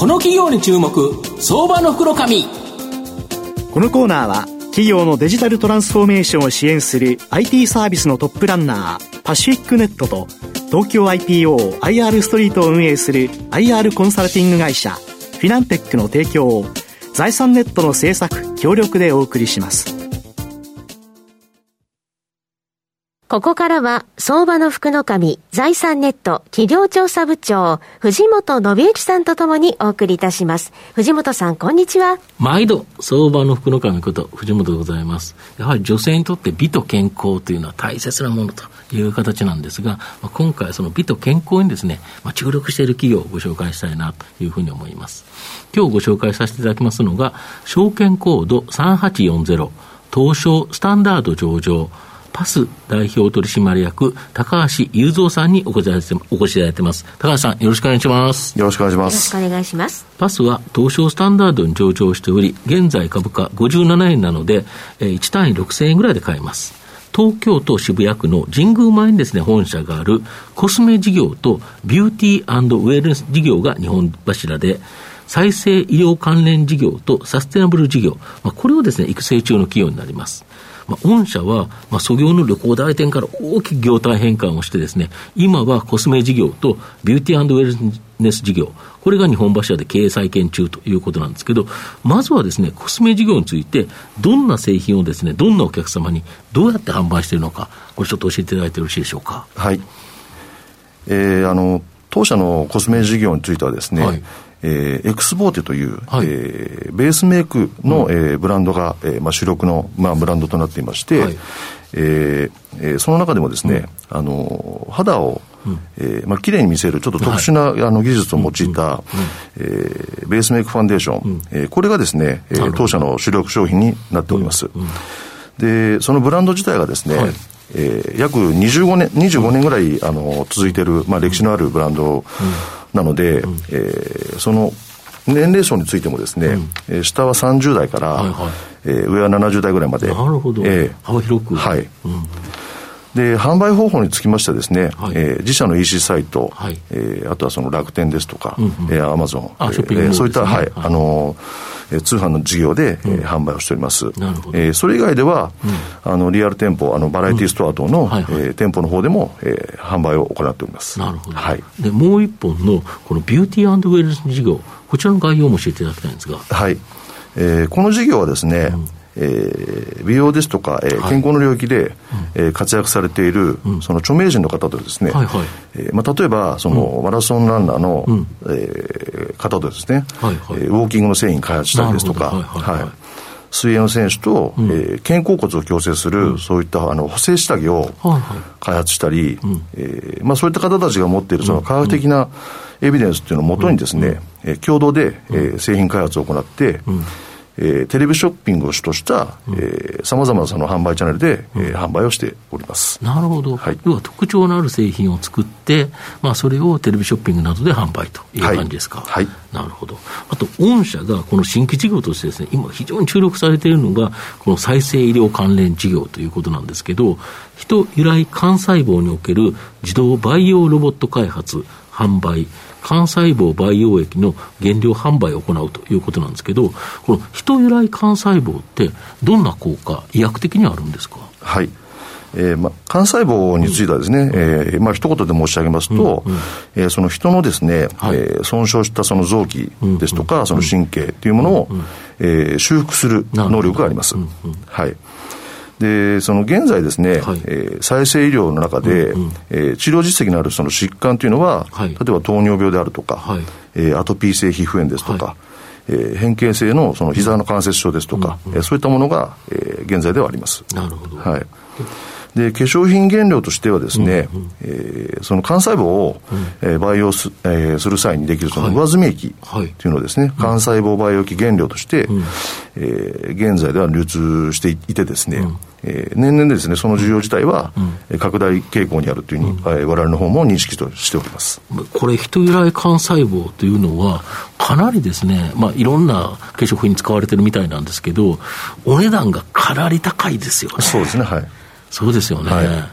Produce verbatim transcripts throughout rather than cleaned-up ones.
この企業に注目、相場の袋紙。 このコーナーは企業のデジタルトランスフォーメーションを支援する アイティー サービスのトップランナーパシフィックネットと東京 アイピーオー アイアール ストリートを運営する アイアール コンサルティング会社フィナンテックの提供を財産ネットの制作協力でお送りします。 ここからは相場の福の神財産ネット企業調査部長藤本信之さんとともにお送りいたします。藤本さん、こんにちは。 毎度相場の福の神こと藤本でございます。やはり女性にとって美と健康というのは大切なものという形なんですが、今回その美と健康にですね、注力している企業をご紹介したいなというふうに思います。今日ご紹介させていただきますのが証券コードさんはちよんゼロ東証スタンダード上場パス代表取締役高橋雄三さんにお越しいただいて、お越しいただいてます。高橋さん、よろしくお願いします。 よろしくお願いします。 よろしくお願いします。 パスは東証スタンダードに上場しており、現在株価ごじゅうななえんなので、いち単位ろくせんえんぐらいで買えます。東京都渋谷区の神宮前にですね、本社があるコスメ事業とビューティー&ウェルネス事業が日本柱で、再生医療関連事業とサステナブル事業、まあ、これをですね、育成中の企業になります。まあ、御社は、まあ、創業の旅行代理店から大きく業態変換をしてですね、今はコスメ事業とビューティー&ウェルネス事業、これが日本柱で経営再建中ということなんですけど、まずはですね、コスメ事業についてどんな製品をですね、どんなお客様にどうやって販売しているのか、これちょっと教えていただいてよろしいでしょうか。 はい、えー、あの当社のコスメ事業についてはですね、はい、えー、エクスボーテという、はい、えー、ベースメイクの、うん、えー、ブランドが、えーまあ、主力の、まあ、ブランドとなっていまして、はい、えーえー、その中でもですね、うん、あの肌を、うん、えーまあ、綺麗に見せるちょっと特殊な、はい、あの技術を用いた、うんうん、えー、ベースメイクファンデーション、うん、えー、これがですね、えー、当社の主力商品になっております、うんうん、でそのブランド自体がですね、はい、えー、約にじゅうごねん、にじゅうごねんぐらい、あの続いている、まあ、歴史のあるブランドなので、うん、えー、その年齢層についてもですね、うん、えー、下はさんじゅう代から、はいはい、えー、上はななじゅう代ぐらいまで。 なるほど、えー、幅広く。 はい、うん、で販売方法につきましてはですね、はい、えー、自社の イーシー サイト、はい、えー、あとはその楽天ですとか、うんうん、えー、アマゾン、 あ、ショッピングモールですね、 そういった、はい、はい、あのー通販の事業で、うん、えー、販売をしております。 なるほど。 えー、それ以外では、うん、あのリアル店舗、あのバラエティストア等の、うん、はいはい、えー、店舗の方でも、えー、販売を行っております。 なるほど。 はい、 でもう一本のこのビューティー&ウェルネス事業、こちらの概要も教えていただきたいんですが。 はい、えー、この事業はですね、うん、えー、美容ですとか、えー、健康の領域で、はい、えー、活躍されている、うん、その著名人の方とですね、はいはい、えーまあ、例えばその、うん、マラソンランナーの、うん、えー、方とですね、はいはい、えー、ウォーキングの製品開発したりですとか、はいはいはい、水泳の選手と、うん、えー、肩甲骨を矯正する、うん、そういったあの補正下着を開発したり、はいはい、えーまあ、そういった方たちが持っているその科学的なエビデンスっていうのをもとにですね、うんうん、えー、共同で、えー、製品開発を行って、うん、えー、テレビショッピングを主としたさまざまなその販売チャンネルで、うん、えー、販売をしております。 なるほど、はい、要は特徴のある製品を作って、まあ、それをテレビショッピングなどで販売という感じですか。 はい、はい、 なるほど。あと御社がこの新規事業としてですね、今非常に注力されているのがこの再生医療関連事業ということなんですけど、人由来幹細胞における自動培養ロボット開発販売、幹細胞培養液の原料販売を行うということなんですけど、この人由来幹細胞ってどんな効果、医薬的にあるんですか。 はい、えーま、幹細胞についてはですね、うん、えーまあ、一言で申し上げますと、うんうん、えー、その人のですね、はい、えー、損傷したその臓器ですとか、うんうん、その神経というものを、うんうん、えー、修復する能力があります。うんうん、はい。でその現在ですね、はい、えー、再生医療の中で、うんうん、えー、治療実績のあるその疾患というのは、はい、例えば糖尿病であるとか、はい、えー、アトピー性皮膚炎ですとか、はい、えー、変形性のその膝の関節症ですとか、うんうん、えー、そういったものが、えー、現在ではあります。 なるほど。 はい。で化粧品原料としてはですね、うんうん、えー、その幹細胞を、うん、えー、培養 す,、えー、する際にできるその上澄み液というのをですね、はいはい、幹細胞培養液原料として、うん、えー、現在では流通していてですね、うん、えー、年々ですねその需要自体は、うん、拡大傾向にあるというふうに、うん、我々の方も認識としております。 これ人由来幹細胞というのはかなりですね、まあ、いろんな化粧品に使われてるみたいなんですけど、お値段がかなり高いですよね。 そうですね、はい。 そうですよね、はい、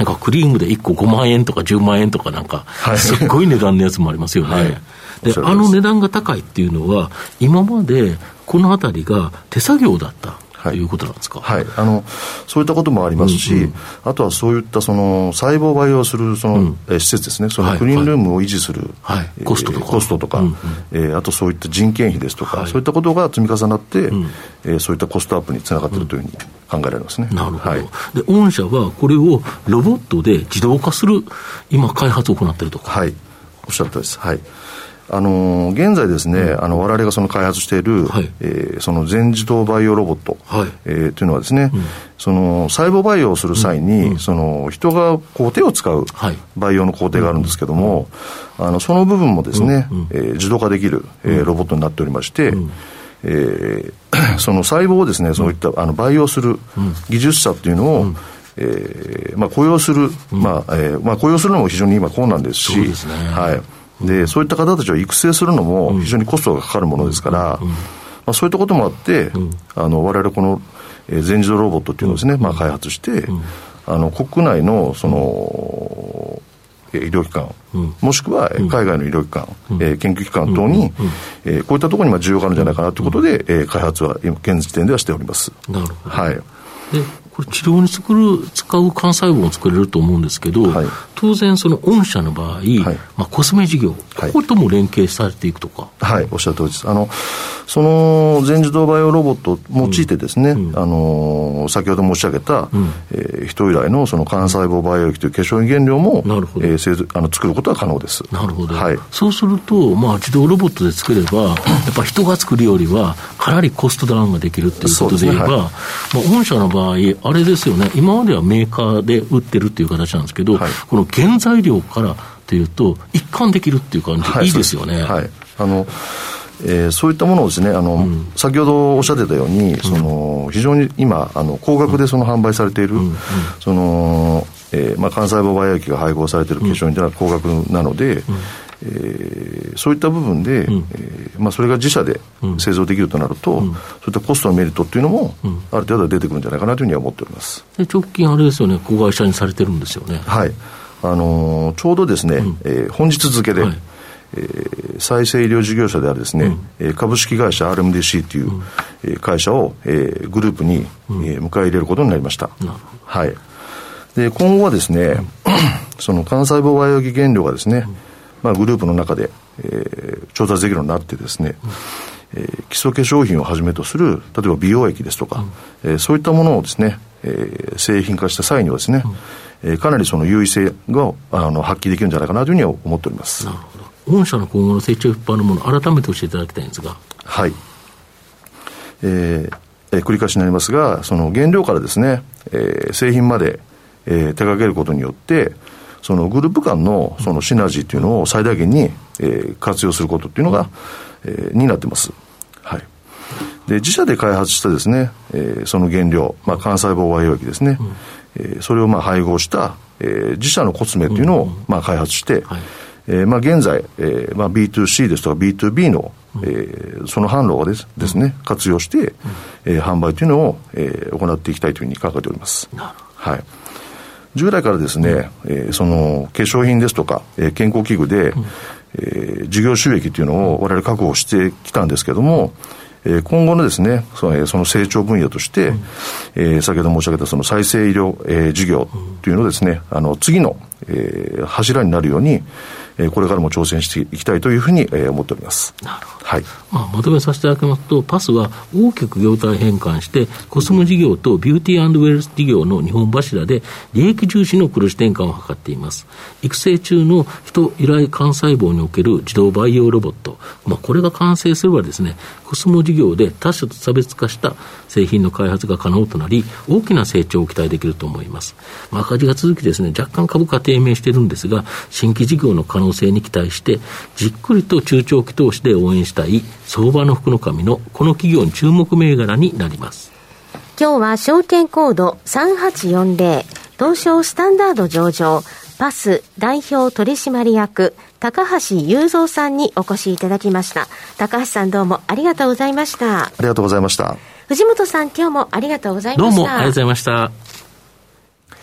なんかクリームでいっこごまんえんとかじゅうまんえんとかなんか、すっごい値段のやつもありますよね。はい、で、あの値段が高いっていうのは、今までこのあたりが手作業だったということなんですか。 はい、はい、あのそういったこともありますし、うんうん、あとはそういったその細胞を培養するその、うん、え施設ですね、そのクリーンルームを維持する、はいはいえー、 コストとか、 コストとか、うんうんえー、あとそういった人件費ですとか、はい、そういったことが積み重なって、うんえー、そういったコストアップにつながっているというふうに考えられますね。 うん、なるほど、 はい、 で御社はこれをロボットで自動化する今開発を行っているとか。 はい、おっしゃるとおりです。はい、あの現在ですね、うん、あの我々がその開発している、はいえー、その全自動培養ロボット、はいえー、というのはですね、うん、その細胞培養をする際に、うん、その人がこう手を使う培養の工程があるんですけども、うん、あのその部分もですね、うんえー、自動化できる、えー、ロボットになっておりまして、うんえー、その細胞をですね、そういったあの培養する技術者っていうのを、うんえーまあ、雇用する、うんまあえーまあ、雇用するのも非常に今困難ですし、そうですね、はいでそういった方たちを育成するのも非常にコストがかかるものですから、うんうんまあ、そういったこともあって、うん、あの我々この全自動ロボットっていうのをですね、まあ、開発して、うん、あの国内のその医療機関、うん、もしくは海外の医療機関、うんえー、研究機関等に、うんうんえー、こういったところに需要があるんじゃないかなということで、うんえー、開発は現時点ではしております。 なるほど、 はい、 でこれ治療に作る使う幹細胞を作れると思うんですけど、はい、当然その御社の場合、はいまあ、コスメ事業、こことも連携されていくとか。 はい、はい、おっしゃる通りです。あのその全自動バイオロボットを用いてですね、うん、あの先ほど申し上げた、うんえー、人由来のその幹細胞培養液という化粧品原料も、なるほどえー、あの作ることは可能です。 なるほど、はい、そうすると、まあ、自動ロボットで作ればやっぱ人が作るよりはかなりコストダウンができるということで言えば、ねはいまあ、御社の場合あれですよね、今まではメーカーで売ってるっていう形なんですけど、はい、この原材料からというと一貫できるっていう感じ、はい、いいですよね。 はい、あのえー、そういったものをですね、あの、うん、先ほどおっしゃってたように、うん、その非常に今あの高額でその販売されている、うんうん、そのえーまあ、幹細胞培養液が配合されている化粧品というのは高額なので、うんえー、そういった部分で、うんえーまあ、それが自社で製造できるとなると、うん、そういったコストのメリットっていうのも、うん、ある程度出てくるんじゃないかなというふうには思っております。 で直近あれですよね、子会社にされてるんですよね。 はい、あのー、ちょうどですね、うんえー、本日付で、はいえー、再生医療事業者であるですね、うん、株式会社 アールエムディーシー という、うん、会社を、えー、グループに、うんえー、迎え入れることになりました。はい、で今後はですね、うん、その幹細胞培養液原料がですね、うんまあ、グループの中で、えー、調達できるようになってですね、うんえー、基礎化粧品をはじめとする例えば美容液ですとか、うんえー、そういったものをですね、えー、製品化した際にはですね、うんえー、かなりその優位性があの発揮できるんじゃないかなというふうには思っております。 なるほど。御社の今後の成長一般のものを改めて教えていただきたいんですが。 はい、えーえー、繰り返しになりますが、その原料からですね、えー、製品まで、えー、手掛けることによってそのグループ間のそのシナジーというのを最大限に、えー、活用することっていうのが、えー、になってます。はい。で自社で開発したですね、えー、その原料、まあ、幹細胞培養液ですね、うんえー、それをまあ配合した、えー、自社のコスメというのを、まあ、開発して、はいえーまあ、現在、えーまあ、ビーツーシー ですとか ビーツービー の、うんえー、その販路をですですね、活用して、うんえー、販売というのを、えー、行っていきたいというふうに考えております。はい。従来からですね、うんえー、その化粧品ですとか、えー、健康器具で、うんえー、事業収益というのを我々確保してきたんですけども、えー、今後のですねその、その成長分野として、うんえー、先ほど申し上げたその再生医療、えー、事業というのをですね、あの次の、えー、柱になるように、えー、これからも挑戦していきたいというふうに、えー、思っております。 なるほど。はいまあ、まとめさせていただきますと、パスは大きく業態変換してコスメ事業とビューティー&ウェルス事業のにほん柱で利益重視の黒字転換を図っています。育成中の人由来幹細胞における自動培養ロボット、まあ、これが完成すればですね、コスモ事業で他社と差別化した製品の開発が可能となり、大きな成長を期待できると思います。まあ、赤字が続きですね、若干株価低迷しているんですが、新規事業の可能性に期待してじっくりと中長期投資で応援したい相場の福の神のこの企業に注目銘柄になります。 今日は証券コードさんはちよんゼロ東証スタンダード上場パス代表取締役高橋雄三さんにお越しいただきました。高橋さん、どうもありがとうございました。 ありがとうございました。 藤本さん、今日もありがとうございました。 どうもありがとうございました。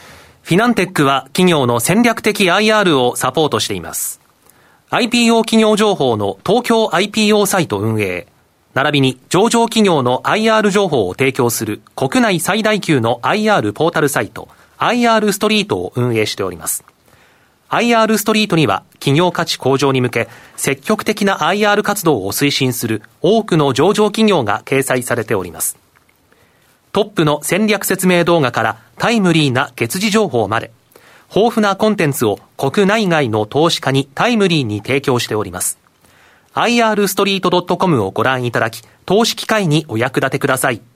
フィナンテックは企業の戦略的 アイアール をサポートしています。アイピーオー 企業情報の東京 アイピーオー サイト運営、並びに上場企業の アイアール 情報を提供する国内最大級の アイアール ポータルサイト アイアール ストリートを運営しております。アイアール ストリートには企業価値向上に向け積極的な アイアール 活動を推進する多くの上場企業が掲載されております。トップの戦略説明動画からタイムリーな月次情報まで、豊富なコンテンツを国内外の投資家にタイムリーに提供しております。アイアールストリートドットコム をご覧いただき、投資機会にお役立てください。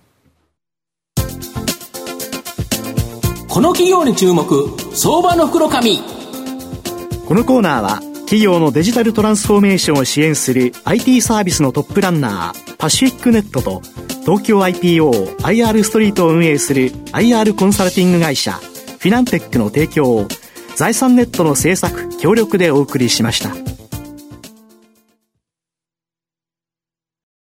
この企業に注目、相場の袋紙。 このコーナーは企業のデジタルトランスフォーメーションを支援する アイティー サービスのトップランナーパシフィックネットと東京 アイピーオー アイアール ストリートを運営する アイアール コンサルティング会社フィナンテックの提供を財産ネットの制作協力でお送りしました。